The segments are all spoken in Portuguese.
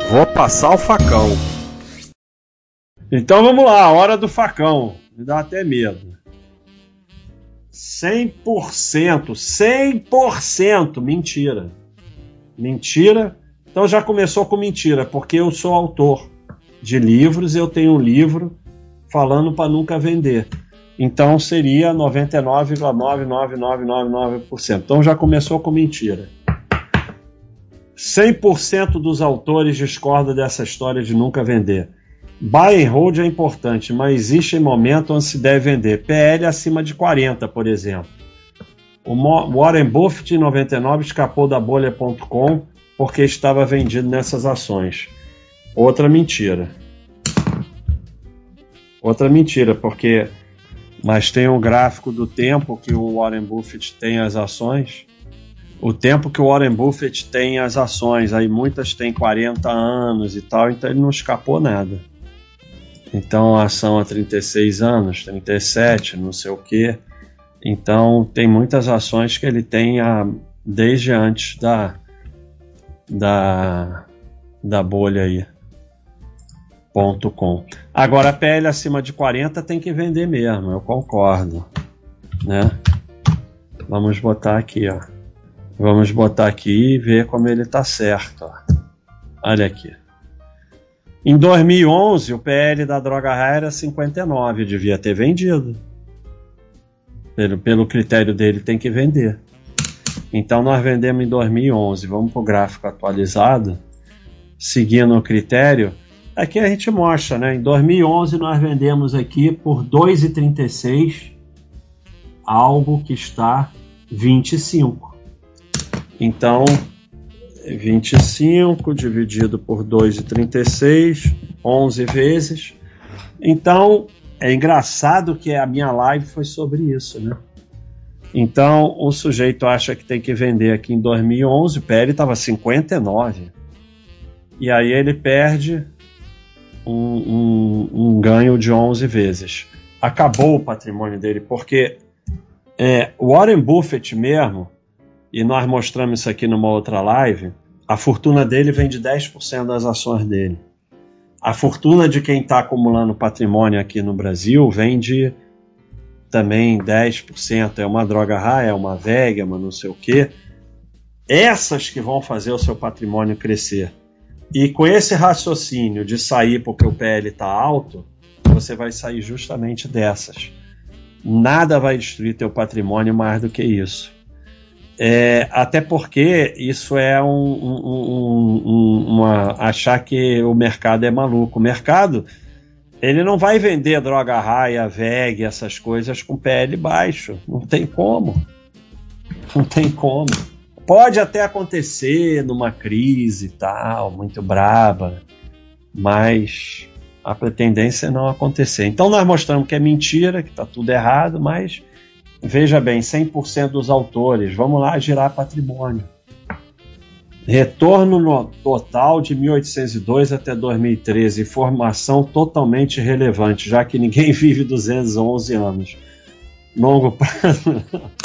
Vou passar o facão. Então vamos lá, hora do facão. Me dá até medo. 100%, mentira. Mentira. Então já começou com mentira, porque eu sou autor de livros, eu tenho um livro falando para nunca vender. Então seria 99,99999%. Então já começou com mentira. 100% dos autores discordam dessa história de nunca vender. Buy and hold é importante, mas existe momento onde se deve vender. PL acima de 40, por exemplo. O Warren Buffett, em 99, escapou da bolha.com porque estava vendido nessas ações. Outra mentira. Outra mentira, porque... Mas tem um gráfico do tempo que o Warren Buffett tem as ações. O tempo que o Warren Buffett tem as ações. Aí muitas têm 40 anos e tal, então ele não escapou nada. Então a ação há 36 anos, 37, não sei o quê. Então tem muitas ações que ele tem desde antes da bolha aí. .com. Agora a PL acima de 40 tem que vender mesmo, eu concordo, né? Vamos botar aqui, ó. Vamos botar aqui e ver como ele tá certo, ó. Olha aqui. Em 2011 o PL da droga raia era 59, devia ter vendido. Pelo critério dele tem que vender. Então nós vendemos em 2011, vamos para o gráfico atualizado, seguindo o critério. Aqui a gente mostra, né? Em 2011 nós vendemos aqui por 2,36 algo que está 25. Então, 25 dividido por 2,36, 11 vezes. Então, é engraçado que a minha live foi sobre isso, né? Então, o sujeito acha que tem que vender aqui em 2011, o PL estava 59. E aí ele perde um ganho de 11 vezes. Acabou o patrimônio dele, porque Warren Buffett mesmo, e nós mostramos isso aqui numa outra live, a fortuna dele vem de 10% das ações dele. A fortuna de quem está acumulando patrimônio aqui no Brasil vem de também 10%. É uma droga raia, é uma VEG, é uma não sei o quê. Essas que vão fazer o seu patrimônio crescer. E com esse raciocínio de sair porque o PL está alto, você vai sair justamente dessas. Nada vai destruir teu patrimônio mais do que isso. Até porque isso é achar que o mercado é maluco. O mercado, ele não vai vender droga raia, VEG, essas coisas com PL baixo. Não tem como. Não tem como. Pode até acontecer numa crise e tal, muito braba, mas a tendência é não acontecer. Então nós mostramos que é mentira, que está tudo errado, mas veja bem, 100% dos autores, vamos lá girar patrimônio. Retorno no total de 1802 até 2013, informação totalmente relevante, já que ninguém vive 211 anos. Longo prazo...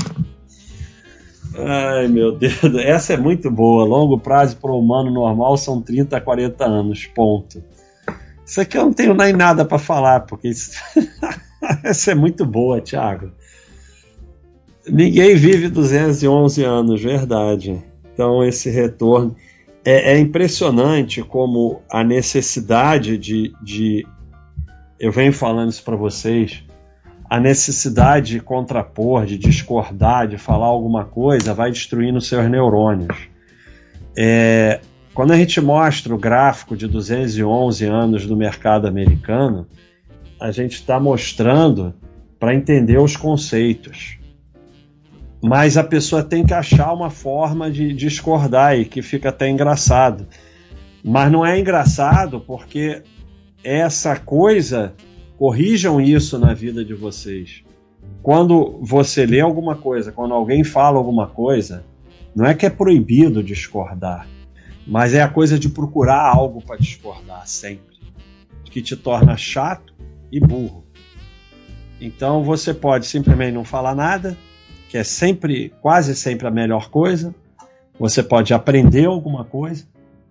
Ai, meu Deus, essa é muito boa. Longo prazo para o humano normal são 30 a 40 anos, ponto. Isso aqui eu não tenho nem nada para falar, porque essa é muito boa, Thiago. Ninguém vive 211 anos, verdade. Então esse retorno é impressionante como a necessidade de eu venho falando isso para vocês, a necessidade de contrapor, de discordar, de falar alguma coisa, vai destruindo seus neurônios. Quando a gente mostra o gráfico de 211 anos do mercado americano, a gente está mostrando para entender os conceitos. Mas a pessoa tem que achar uma forma de discordar, e que fica até engraçado. Mas não é engraçado porque essa coisa... Corrijam isso na vida de vocês. Quando você lê alguma coisa, quando alguém fala alguma coisa, não é que é proibido discordar, mas é a coisa de procurar algo para discordar sempre, que te torna chato e burro. Então você pode simplesmente não falar nada, que é sempre, quase sempre a melhor coisa. Você pode aprender alguma coisa,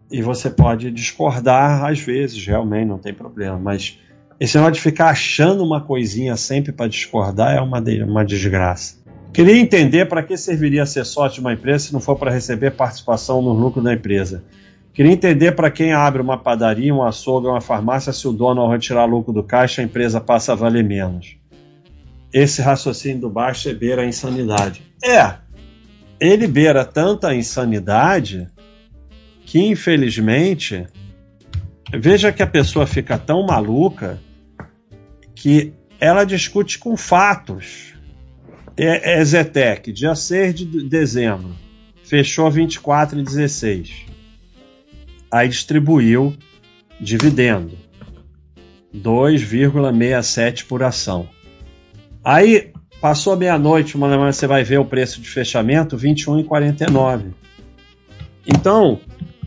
E você pode discordar às vezes, realmente, não tem problema. Mas esse negócio de ficar achando uma coisinha sempre para discordar é uma desgraça. Queria entender para que serviria ser sócio de uma empresa se não for para receber participação no lucro da empresa. Queria entender para quem abre uma padaria, um açougue, uma farmácia, se o dono, ao retirar lucro do caixa, a empresa passa a valer menos. Esse raciocínio do baixo beira a insanidade. Ele beira tanta insanidade que, infelizmente, veja que a pessoa fica tão maluca que ela discute com fatos. Zetec, dia 6 de dezembro, fechou 24,16. Aí distribuiu dividendo, 2,67 por ação. Aí passou meia-noite, uma semana você vai ver o preço de fechamento, 21,49. Então,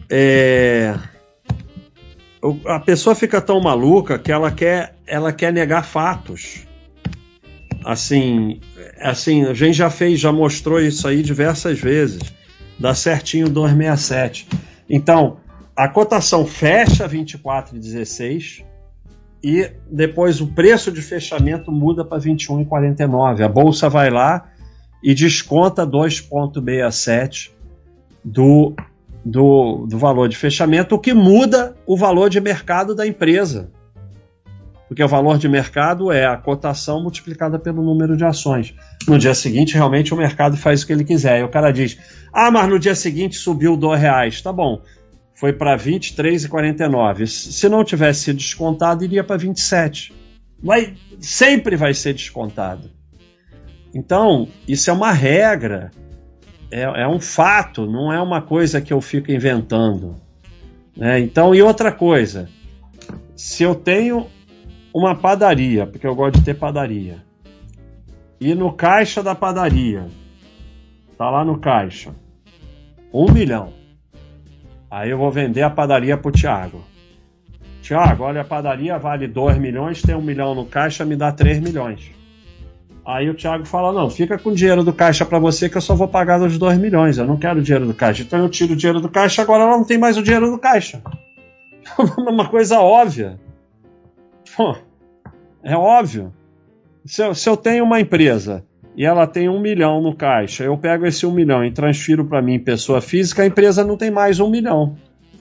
a pessoa fica tão maluca que ela quer negar fatos. Assim, a gente já mostrou isso aí diversas vezes. Dá certinho 2,67. Então, a cotação fecha 24,16 e depois o preço de fechamento muda para 21,49. A bolsa vai lá e desconta 2,67 do valor de fechamento, o que muda o valor de mercado da empresa. Porque o valor de mercado é a cotação multiplicada pelo número de ações. No dia seguinte, realmente, o mercado faz o que ele quiser. E o cara diz, mas no dia seguinte subiu R$2. Tá bom, foi para 23,49. Se não tivesse sido descontado, iria para 27. Sempre vai ser descontado. Então, isso é uma regra. É um fato, não é uma coisa que eu fico inventando. Então, e outra coisa, se eu tenho uma padaria, porque eu gosto de ter padaria, e no caixa da padaria, tá lá no caixa, 1 milhão, aí eu vou vender a padaria pro Thiago. Thiago, olha, a padaria vale 2 milhões, tem 1 milhão no caixa, me dá 3 milhões. Aí o Thiago fala, não, fica com o dinheiro do caixa para você que eu só vou pagar os 2 milhões, eu não quero o dinheiro do caixa. Então eu tiro o dinheiro do caixa, agora ela não tem mais o dinheiro do caixa. Uma coisa óbvia. Pô, é óbvio. Se eu tenho uma empresa e ela tem 1 milhão no caixa, eu pego esse 1 milhão e transfiro para mim, pessoa física, a empresa não tem mais 1 milhão.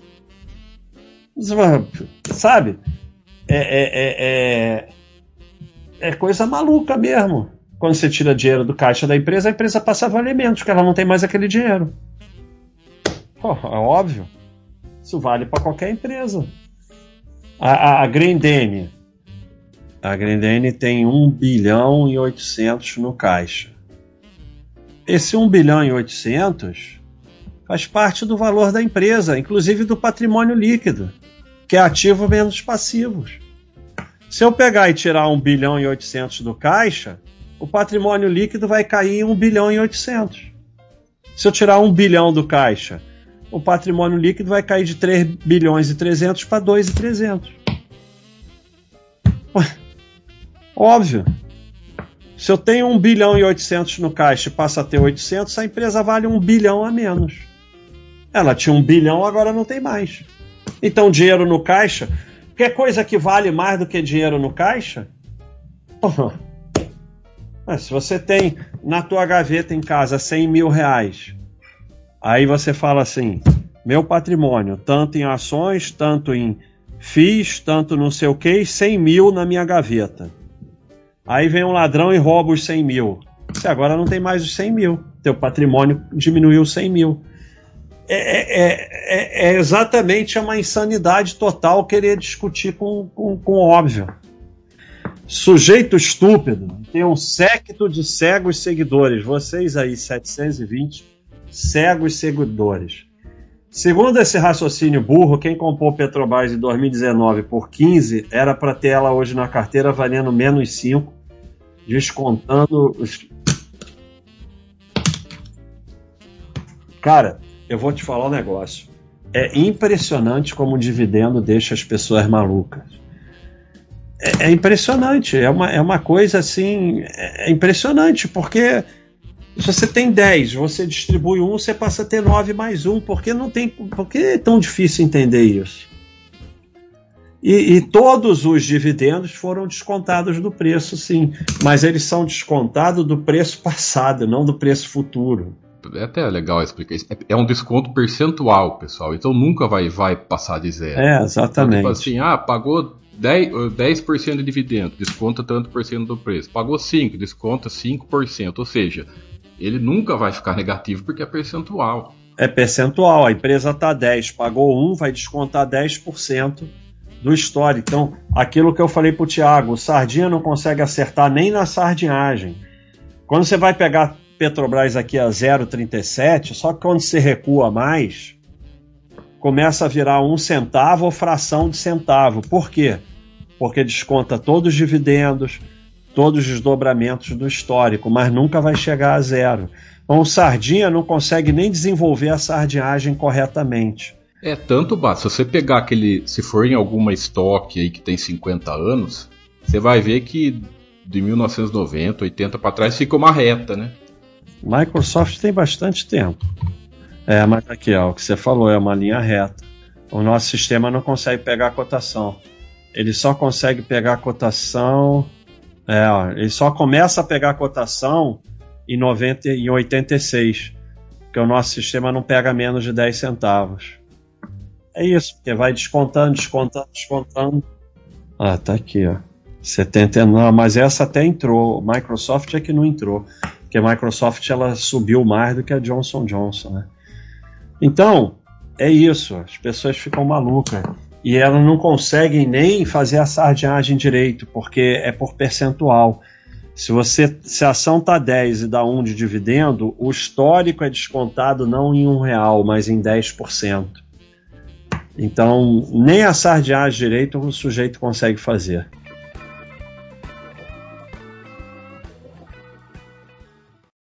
Sabe? É coisa maluca mesmo. Quando você tira dinheiro do caixa da empresa, a empresa passa a valer menos, porque ela não tem mais aquele dinheiro. Pô, é óbvio. Isso vale para qualquer empresa. A Grendene tem 1 bilhão e 800 no caixa. Esse 1 bilhão e 800 faz parte do valor da empresa, inclusive do patrimônio líquido, que é ativo menos passivos. Se eu pegar e tirar 1 bilhão e 800 do caixa, o patrimônio líquido vai cair em 1 bilhão e 800. Se eu tirar 1 bilhão do caixa, o patrimônio líquido vai cair de 3 bilhões e 300 para 2,300. Óbvio. Se eu tenho 1 bilhão e 800 no caixa e passa a ter 800, a empresa vale 1 bilhão a menos. Ela tinha 1 bilhão, agora não tem mais. Então, dinheiro no caixa, qualquer coisa que vale mais do que dinheiro no caixa? Se você tem na tua gaveta em casa 100 mil reais, aí você fala assim, meu patrimônio, tanto em ações, tanto em FIIs, tanto não sei o que, 100 mil na minha gaveta. Aí vem um ladrão e rouba os 100 mil. Você agora não tem mais os 100 mil. Teu patrimônio diminuiu 100 mil. É exatamente uma insanidade total querer discutir com óbvio. Sujeito estúpido tem um séquito de cegos seguidores. Vocês aí, 720 cegos seguidores. Segundo esse raciocínio burro, quem comprou Petrobras em 2019 por 15 era para ter ela hoje na carteira valendo menos 5, descontando os... Cara, eu vou te falar um negócio. É impressionante como o dividendo deixa as pessoas malucas. É impressionante, é uma coisa assim, é impressionante, porque Se você tem 10, você distribui 1, você passa a ter 9 mais 1. Por que é tão difícil entender isso? E todos os dividendos foram descontados do preço, sim. Mas eles são descontados do preço passado, não do preço futuro. É até legal explicar isso. É um desconto percentual, pessoal. Então nunca vai passar de zero. Exatamente. Então, tipo assim, pagou 10% de dividendo, desconta tanto por cento do preço. Pagou 5%, desconta 5%. Ou seja, ele nunca vai ficar negativo porque é percentual. É percentual. A empresa está 10, pagou 1, vai descontar 10% do histórico. Então, aquilo que eu falei para o Thiago, o Sardinha não consegue acertar nem na sardinhagem. Quando você vai pegar Petrobras aqui a 0,37, só que quando você recua mais, começa a virar 1 centavo ou fração de centavo. Por quê? Porque desconta todos os dividendos, todos os desdobramentos do histórico, mas nunca vai chegar a zero. Então o Sardinha não consegue nem desenvolver a sardinhagem corretamente. Tanto basta. Se você pegar se for em alguma estoque aí que tem 50 anos, você vai ver que de 1990, 80 para trás fica uma reta, né? Microsoft tem bastante tempo. Mas aqui, o que você falou é uma linha reta. O nosso sistema não consegue pegar a cotação. Ele só consegue pegar a cotação... ele só começa a pegar a cotação em 86, porque o nosso sistema não pega menos de 10 centavos. É isso, porque vai descontando. Tá aqui, 79, mas essa até entrou. Microsoft é que não entrou, porque a Microsoft ela subiu mais do que a Johnson & Johnson, né? Então, é isso, as pessoas ficam malucas e elas não conseguem nem fazer a sardinhagem direito, porque é por percentual. Se a ação está 10 e dá 1 de dividendo, o histórico é descontado não em R$1, mas em 10%. Então, nem a sardinhagem direito o sujeito consegue fazer.